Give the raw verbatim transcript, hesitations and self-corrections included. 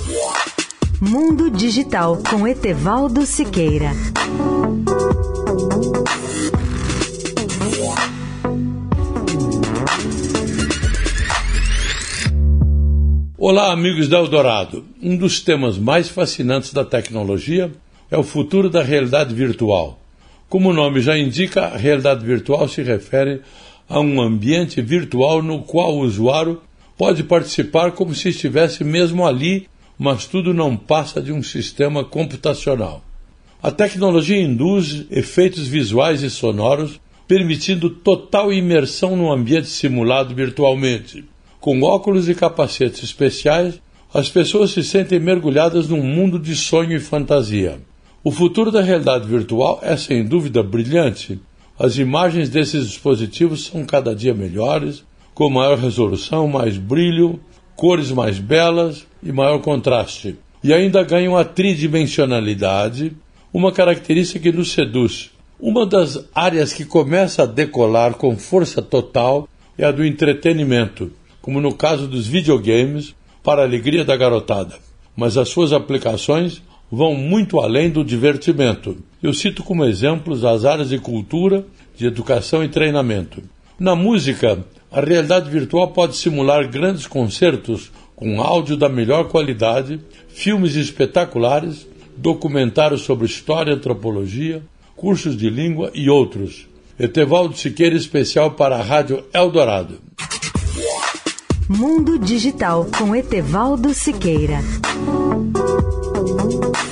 Mundo Digital com Etevaldo Siqueira. Olá, amigos da Eldorado. Um dos temas mais fascinantes da tecnologia é o futuro da realidade virtual. Como o nome já indica, a realidade virtual se refere a um ambiente virtual no qual o usuário pode participar como se estivesse mesmo ali, mas tudo não passa de um sistema computacional. A tecnologia induz efeitos visuais e sonoros, permitindo total imersão no ambiente simulado virtualmente. Com óculos e capacetes especiais, as pessoas se sentem mergulhadas num mundo de sonho e fantasia. O futuro da realidade virtual é sem dúvida brilhante. As imagens desses dispositivos são cada dia melhores, com maior resolução, mais brilho, cores mais belas e maior contraste. E ainda ganham a tridimensionalidade, uma característica que nos seduz. Uma das áreas que começa a decolar com força total é a do entretenimento, como no caso dos videogames, para a alegria da garotada. Mas as suas aplicações vão muito além do divertimento. Eu cito como exemplos as áreas de cultura, de educação e treinamento. Na música, a realidade virtual pode simular grandes concertos com áudio da melhor qualidade, filmes espetaculares, documentários sobre história e antropologia, cursos de língua e outros. Etevaldo Siqueira, especial para a Rádio Eldorado. Mundo Digital com Etevaldo Siqueira.